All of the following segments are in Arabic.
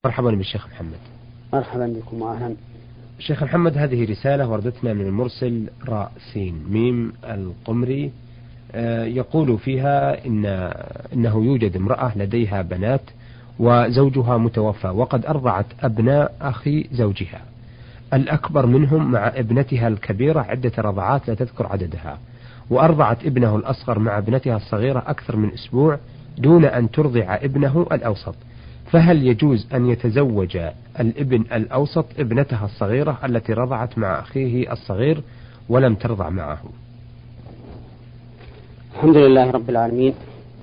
مرحبا بالشيخ محمد. مرحبا بكم وأهلا. شيخ محمد، هذه رسالة وردتنا من المرسل راء سين ميم القمري، يقول فيها إنه يوجد امرأة لديها بنات وزوجها متوفى، وقد أرضعت أبناء أخي زوجها الأكبر منهم مع ابنتها الكبيرة عدة رضعات لا تذكر عددها، وأرضعت ابنه الأصغر مع ابنتها الصغيرة أكثر من أسبوع دون أن ترضع ابنه الأوسط، فهل يجوز أن يتزوج الابن الأوسط ابنتها الصغيرة التي رضعت مع أخيه الصغير ولم ترضع معه؟ الحمد لله رب العالمين،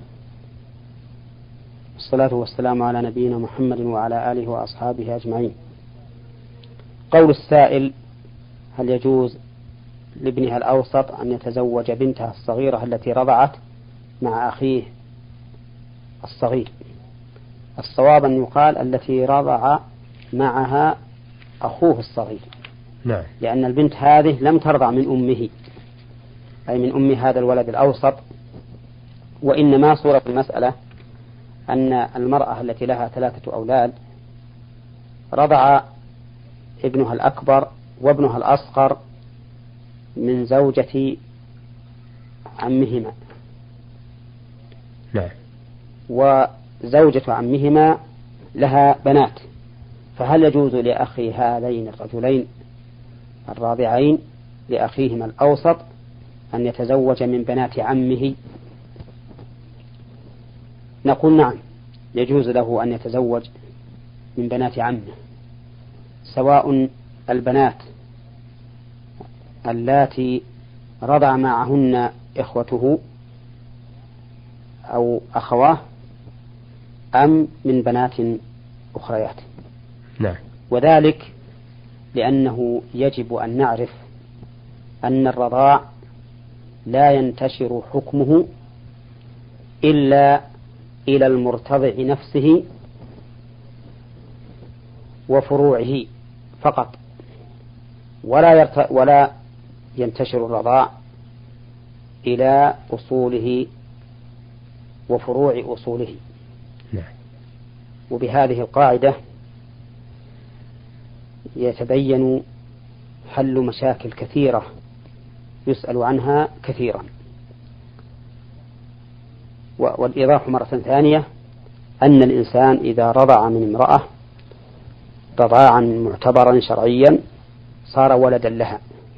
والصلاة والسلام على نبينا محمد وعلى آله وأصحابه أجمعين. قول السائل: هل يجوز لابنها الأوسط أن يتزوج بنتها الصغيرة التي رضعت مع أخيه الصغير؟ الصواب أن يقال التي رضع معها أخوه الصغير. نعم. لأن البنت هذه لم ترضع من أمه، أي من أم هذا الولد الأوسط، وإنما صورة المسألة أن المرأة التي لها 3 أولاد رضع ابنها الأكبر وابنها الأصغر من زوجة عمهما. نعم. وزوجة عمهما لها بنات، فهل يجوز لأخي هذين الرجلين الراضعين لأخيهما الأوسط أن يتزوج من بنات عمه؟ نقول نعم، يجوز له أن يتزوج من بنات عمه، سواء البنات اللاتي رضع معهن إخوته أو أخواه أم من بنات أخريات. نعم. وذلك لأنه يجب أن نعرف أن الرضاع لا ينتشر حكمه إلا إلى المرتضع نفسه وفروعه فقط، ولا ينتشر الرضاع إلى أصوله وفروع أصوله. نعم. وبهذه القاعدة يتبين حل مشاكل كثيرة يسأل عنها كثيرا. والإيضاح مرة ثانية أن الإنسان إذا رضع من امرأة رضاعا معتبرا شرعيا صار ولدا لها،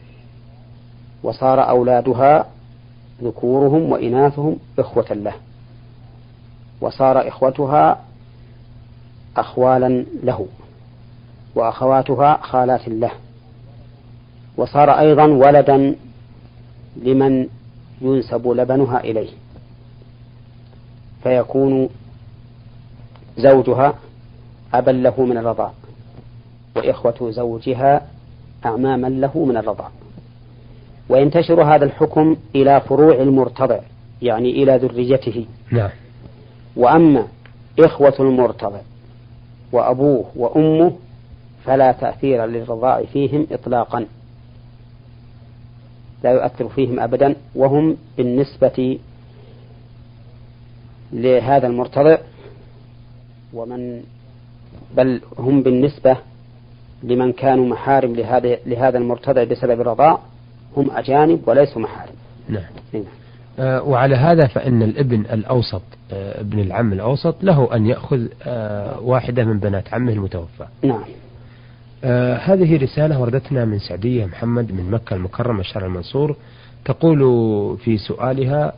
وصار أولادها ذكورهم وإناثهم إخوة له، وصار إخوتها أخوالا له، وأخواتها خالات له، وصار أيضا ولدا لمن ينسب لبنها إليه، فيكون زوجها أبا له من الرضاع، وإخوة زوجها أعماما له من الرضاع. وينتشر هذا الحكم إلى فروع المرتضع، يعني إلى ذريته. نعم. وأما إخوة المرتضع وأبوه وأمه فلا تأثير للرضاع فيهم إطلاقا، لا يؤثر فيهم أبدا، وهم بالنسبة لهذا المرتضع بل هم بالنسبة لمن كانوا محارم لهذا المرتضع بسبب الرضاع هم أجانب وليسوا محارم. نعم. وعلى هذا فإن الابن الأوسط ابن العم الأوسط له أن يأخذ واحدة من بنات عمه المتوفى. نعم. هذه رسالة وردتنا من سعدية محمد من مكة المكرمة شارع المنصور، تقول في سؤالها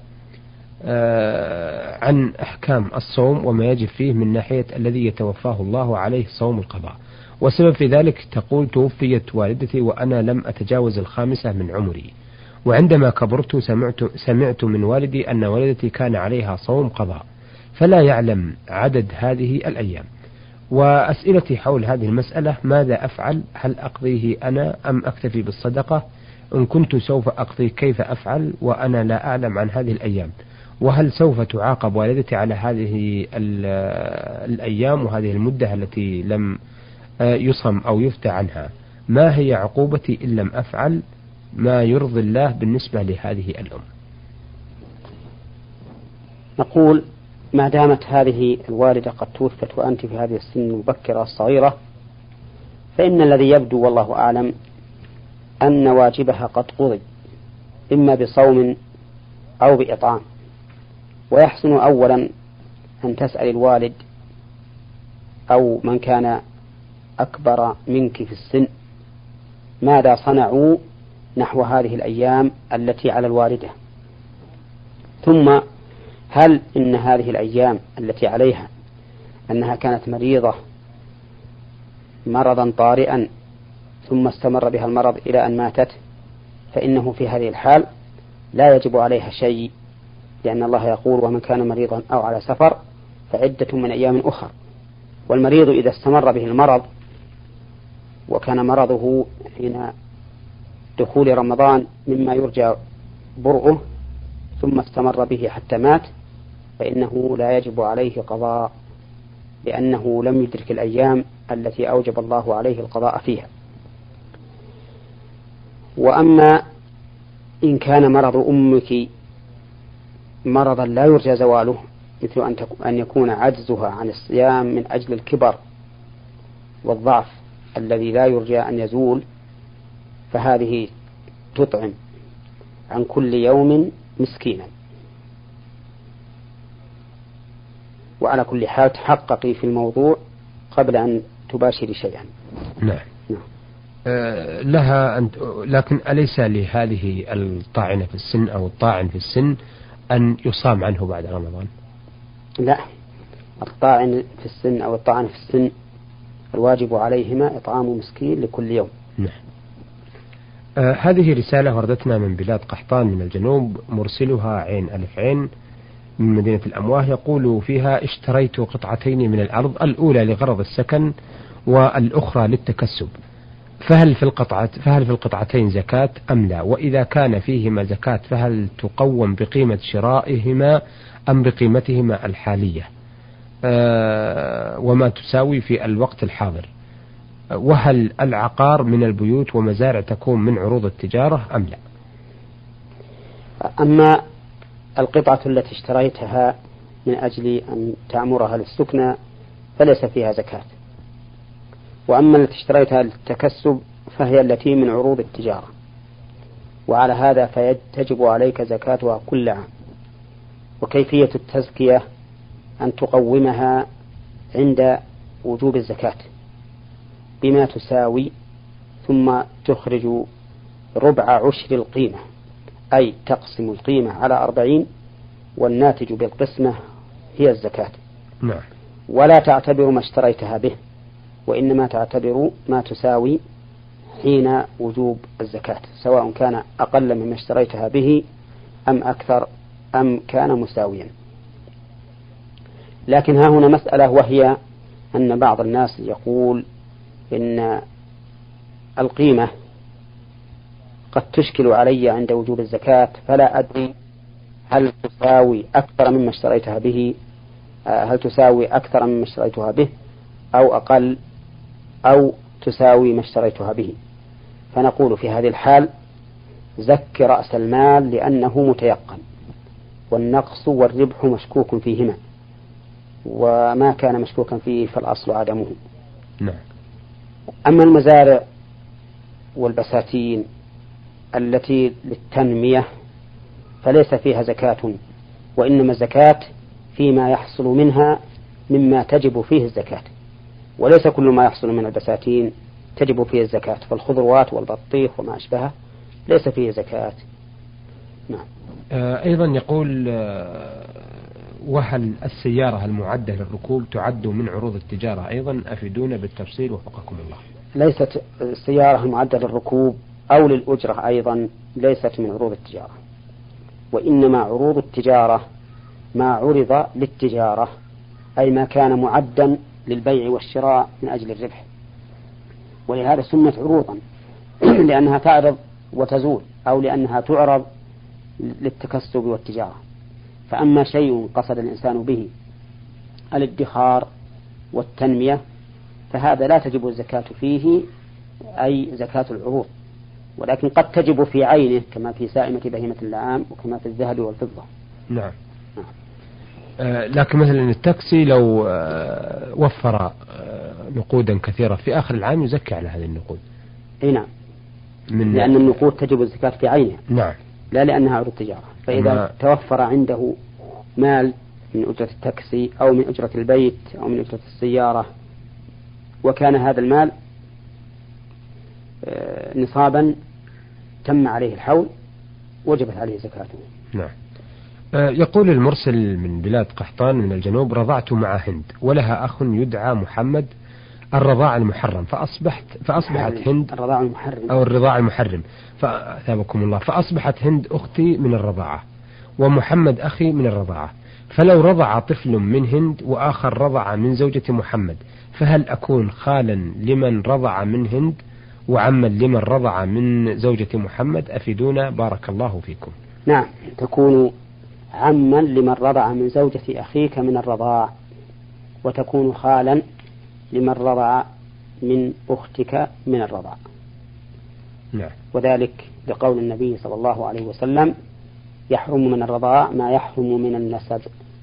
عن أحكام الصوم وما يجب فيه من ناحية الذي يتوفاه الله عليه صوم القضاء، وسبب في ذلك تقول: توفيت والدتي وأنا لم أتجاوز 5 من عمري، وعندما كبرت سمعت من والدي أن والدتي كان عليها صوم قضاء، فلا يعلم عدد هذه الأيام، وأسئلتي حول هذه المسألة: ماذا أفعل؟ هل أقضيه أنا أم أكتفي بالصدقة؟ إن كنت سوف أقضي كيف أفعل وأنا لا أعلم عن هذه الأيام؟ وهل سوف تعاقب والدتي على هذه الأيام وهذه المدة التي لم يصم أو يفتى عنها؟ ما هي عقوبتي إن لم أفعل ما يرضي الله بالنسبة لهذه الأم؟ نقول ما دامت هذه الوالدة قد توفت وأنت في هذه السن المبكرة الصغيرة، فإن الذي يبدو والله أعلم أن واجبها قد قضي، إما بصوم أو بإطعام. ويحسن أولا أن تسأل الوالد أو من كان أكبر منك في السن ماذا صنعوا نحو هذه الأيام التي على الوالدة، ثم هل إن هذه الأيام التي عليها أنها كانت مريضة مرضا طارئا ثم استمر بها المرض إلى أن ماتت، فإنه في هذه الحال لا يجب عليها شيء، لأن الله يقول ومن كان مريضا أو على سفر فعدة من أيام أخر. والمريض إذا استمر به المرض وكان مرضه حين دخول رمضان مما يرجى برؤه ثم استمر به حتى مات، فإنه لا يجب عليه قضاء، لأنه لم يدرك الأيام التي أوجب الله عليه القضاء فيها. وأما إن كان مرض أمك مرضا لا يرجى زواله، مثل أن يكون عجزها عن الصيام من أجل الكبر والضعف الذي لا يرجى أن يزول، فهذه تطعم عن كل يوم مسكينا. وعلى كل حال تحققي في الموضوع قبل أن تباشري شيئا. نعم. لها لكن أليس لهذه الطاعنة في السن أو الطاعن في السن أن يصام عنه بعد رمضان؟ لا، الطاعن في السن أو الطاعن في السن الواجب عليهما إطعام مسكين لكل يوم. نعم. هذه رسالة وردتنا من بلاد قحطان من الجنوب، مرسلها عين ألف عين من مدينة الأمواه، يقول فيها: اشتريت قطعتين من الأرض، الأولى لغرض السكن والأخرى للتكسب، فهل في القطعتين زكاة أم لا؟ وإذا كان فيهما زكاة فهل تقوم بقيمة شرائهما أم بقيمتهما الحالية، وما تساوي في الوقت الحاضر؟ وهل العقار من البيوت ومزارع تكون من عروض التجارة أم لا؟ أما القطعة التي اشتريتها من أجل أن تعمرها للسكنى فليس فيها زكاة، وأما التي اشتريتها للتكسب فهي التي من عروض التجارة، وعلى هذا فيجب عليك زكاتها كل عام. وكيفية التزكية أن تقومها عند وجوب الزكاة بما تساوي، ثم تخرج ربع عشر القيمة، أي تقسم القيمة على 40 والناتج بالقسمة هي الزكاة. نعم. ولا تعتبر ما اشتريتها به، وإنما تعتبر ما تساوي حين وجوب الزكاة، سواء كان أقل مما اشتريتها به أم أكثر أم كان مساويا. لكن ها هنا مسألة، وهي أن بعض الناس يقول إن القيمة قد تشكل علي عند وجوب الزكاة، فلا أدري هل تساوي أكثر مما اشتريتها به، هل تساوي أكثر مما اشتريتها به أو أقل، أو تساوي ما اشتريتها به. فنقول في هذه الحال زك رأس المال لأنه متيقن، والنقص والربح مشكوك فيهما، وما كان مشكوكا فيه فالأصل عدمه. نعم. أما المزارع والبساتين التي للتنمية فليس فيها زكاة، وإنما الزكاة فيما يحصل منها مما تجب فيه الزكاة، وليس كل ما يحصل من البساتين تجب فيه الزكاة، فالخضروات والبطيخ وما أشبهه ليس فيه زكاة. نعم. أيضا يقول: وهل السيارة المعدة للركوب تعد من عروض التجارة أيضا؟ أفيدونا بالتفصيل وفقكم الله. ليست السيارة المعدة للركوب أو للأجرة أيضا ليست من عروض التجارة، وإنما عروض التجارة ما عرض للتجارة، أي ما كان معدا للبيع والشراء من أجل الربح، ولهذا سمت عروضا لأنها تعرض وتزول، أو لأنها تعرض للتكسب والتجارة. فأما شيء قصد الإنسان به الادخار والتنمية فهذا لا تجب الزكاة فيه، أي زكاة العروض، ولكن قد تجب في عينه كما في سائمة بهيمة الأنعام وكما في الذهب والفضة. نعم. لكن مثلا التاكسي لو وفر نقودا كثيرة في آخر العام يزكي على هذه النقود. اي نعم، لأن النقود تجب الزكاة في عينها. نعم. لا لأنها عروض تجارة. فإذا توفر عنده مال من أجرة التاكسي أو من أجرة البيت أو من أجرة السيارة، وكان هذا المال نصابا تم عليه الحول، وجبت عليه زكاته. نعم. يقول المرسل من بلاد قحطان من الجنوب: رضعت مع هند ولها أخ يدعى محمد الرضاع المحرم، فأصبحت هند الرضاع المحرم أو الرضاع المحرم، فأثابكم الله، فأصبحت هند أختي من الرضاعة ومحمد أخي من الرضاعة، فلو رضع طفل من هند وآخر رضع من زوجة محمد، فهل أكون خالا لمن رضع من هند وعما لمن رضع من زوجة محمد؟ أفيدونا بارك الله فيكم. نعم، تكون عما لمن رضع من زوجة أخيك من الرضاع، وتكون خالا لمن رضع من أختك من الرضاع. نعم. وذلك لقول النبي صلى الله عليه وسلم: يحرم من الرضاع ما يحرم من النسب.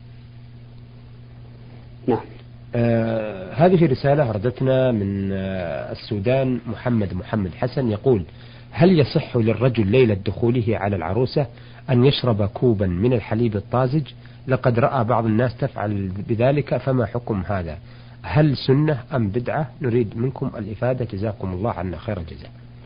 نعم. هذه رسالة وردتنا من السودان. محمد حسن يقول: هل يصح للرجل ليلة دخوله على العروسة أن يشرب كوبا من الحليب الطازج؟ لقد رأى بعض الناس تفعل بذلك، فما حكم هذا؟ هل سنة أم بدعة؟ نريد منكم الإفادة، جزاكم الله عنا خير الجزاء.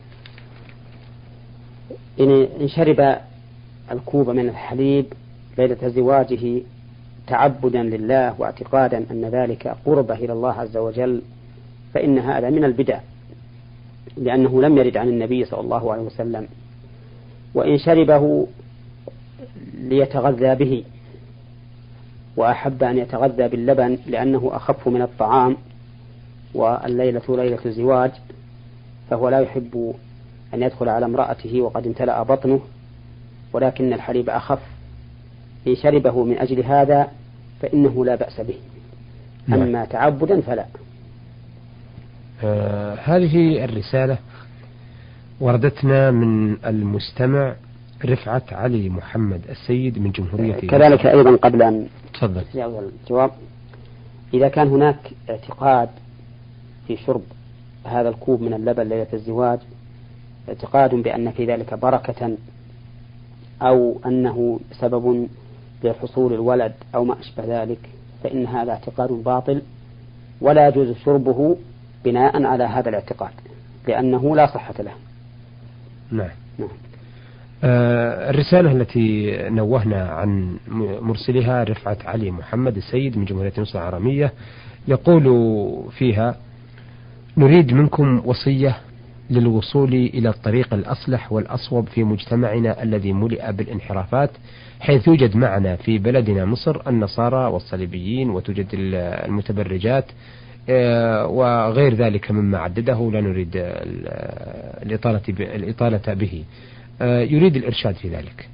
إن شرب الكوب من الحليب ليلة زواجه تعبدا لله واعتقادا أن ذلك قربة إلى الله عز وجل، فإن هذا من البدع، لأنه لم يرد عن النبي صلى الله عليه وسلم. وإن شربه ليتغذى به وأحب أن يتغذى باللبن لأنه أخف من الطعام والليلة ليلة الزواج، فهو لا يحب أن يدخل على امرأته وقد امتلأ بطنه، ولكن الحليب أخف، إن شربه من أجل هذا فإنه لا بأس به. أما تعبدا فلا. هذه الرسالة وردتنا من المستمع رفعت علي محمد السيد من جمهورية كذلك أيضا قبل أن تفضل الجواب، إذا كان هناك اعتقاد في شرب هذا الكوب من اللبن ليلة الزواج، اعتقاد بأن في ذلك بركة أو أنه سبب لحصول الولد أو ما أشبه ذلك، فإن هذا اعتقاد باطل، ولا يجوز شربه بناء على هذا الاعتقاد، لأنه لا صحة له. نعم. الرسالة التي نوهنا عن مرسلها رفعت علي محمد السيد من جمهورية مصر العربية، يقول فيها: نريد منكم وصية للوصول إلى الطريق الأصلح والأصوب في مجتمعنا الذي ملئ بالانحرافات، حيث يوجد معنا في بلدنا مصر النصارى والصليبيين، وتوجد المتبرجات وغير ذلك مما عدده، لا نريد الإطالة به. يريد الإرشاد في ذلك.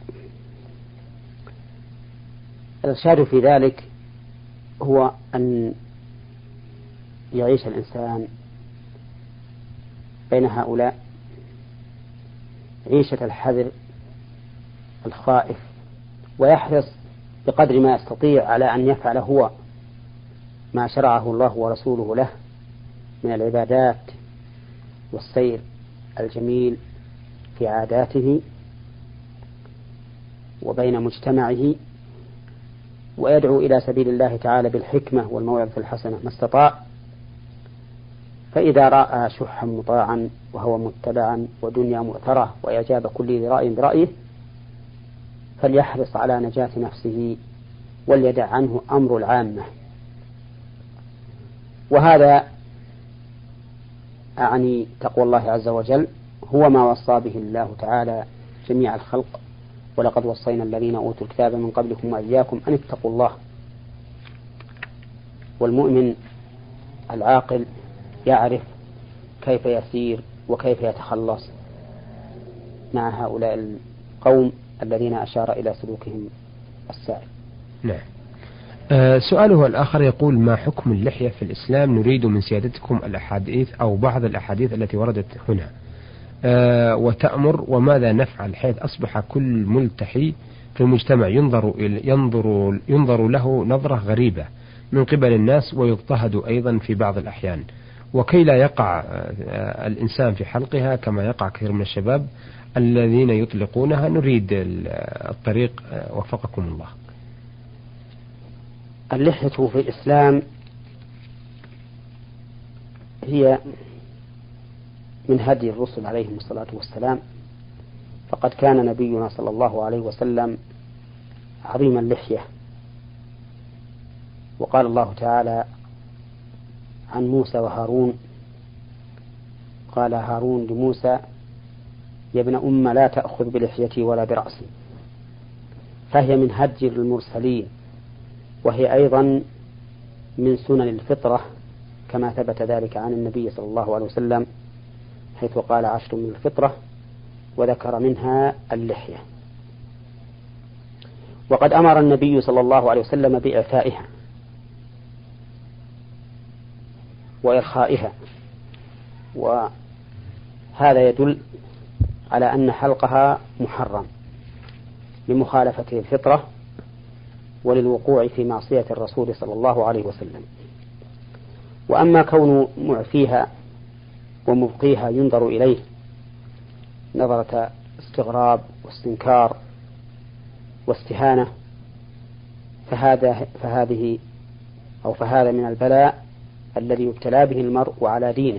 الإرشاد في ذلك هو أن يعيش الإنسان بين هؤلاء عيشة الحذر الخائف، ويحرص بقدر ما يستطيع على أن يفعل هو ما شرعه الله ورسوله له من العبادات والسير الجميل في عاداته وبين مجتمعه، ويدعو إلى سبيل الله تعالى بالحكمة والموعظة الحسنة ما استطاع. فإذا رأى شحا مطاعا وهو متبعا ودنيا مؤثرة وإعجاب كل ذي رأي برأيه، فليحرص على نجاة نفسه وليدع عنه أمر العامة. وهذا أعني تقوى الله عز وجل، هو ما وصى به الله تعالى جميع الخلق: ولقد وصينا الذين أوتوا الكتاب من قبلكم وإياكم أن اتقوا الله. والمؤمن العاقل يعرف كيف يسير وكيف يتخلص مع هؤلاء القوم الذين أشار إلى سلوكهم السائر. نعم. سؤاله الآخر يقول: ما حكم اللحية في الإسلام؟ نريد من سيادتكم الأحاديث أو بعض الأحاديث التي وردت هنا. وتأمر وماذا نفعل، حيث أصبح كل ملتحي في المجتمع ينظر له نظرة غريبة من قبل الناس، ويضطهد أيضا في بعض الأحيان، وكي لا يقع الإنسان في حلقها كما يقع كثير من الشباب الذين يطلقونها. نريد الطريق وفقكم الله. اللحية في الإسلام هي من هدي الرسل عليهم الصلاة والسلام، فقد كان نبينا صلى الله عليه وسلم عظيم اللحية، وقال الله تعالى عن موسى وهارون، قال هارون لموسى: يا ابن أم لا تأخذ بلحيتي ولا برأسي. فهي من هدي المرسلين، وهي أيضا من سنن الفطرة، كما ثبت ذلك عن النبي صلى الله عليه وسلم حيث قال 10 من الفطرة، وذكر منها اللحية. وقد أمر النبي صلى الله عليه وسلم بإعفائها وإرخائها، وهذا يدل على أن حلقها محرم لمخالفة الفطرة وللوقوع في معصية الرسول صلى الله عليه وسلم. وأما كون معفيها ومبقيها ينظر إليه نظرة استغراب واستنكار واستهانة، فهذا من البلاء الذي يبتلى به المرء على دينه،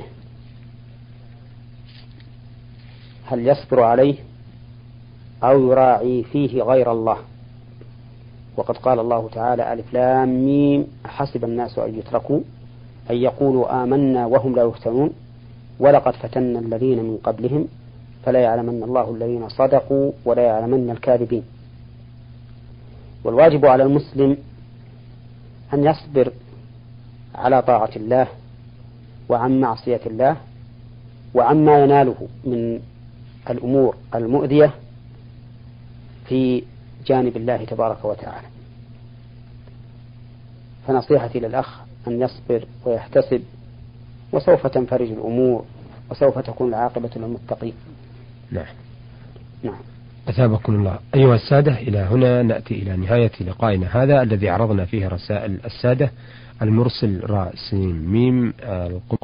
هل يصبر عليه أو يراعي فيه غير الله. وقد قال الله تعالى: ألف لام ميم حسب الناس أن يتركوا أن يقولوا آمنا وهم لا يفتنون ولقد فتنا الذين من قبلهم فلا يعلمن الله الذين صدقوا ولا يعلمن الكاذبين. والواجب على المسلم أن يصبر على طاعة الله وعن معصية الله وعما يناله من الأمور المؤذية في جانب الله تبارك وتعالى. فنصيحتي للأخ أن يصبر ويحتسب، وسوف تنفرج الأمور وسوف تكون العاقبة للمتقين. نعم. أثابكم الله. أيها السادة، إلى هنا نأتي إلى نهاية لقائنا هذا الذي عرضنا فيه رسائل السادة المرسل راء سين ميم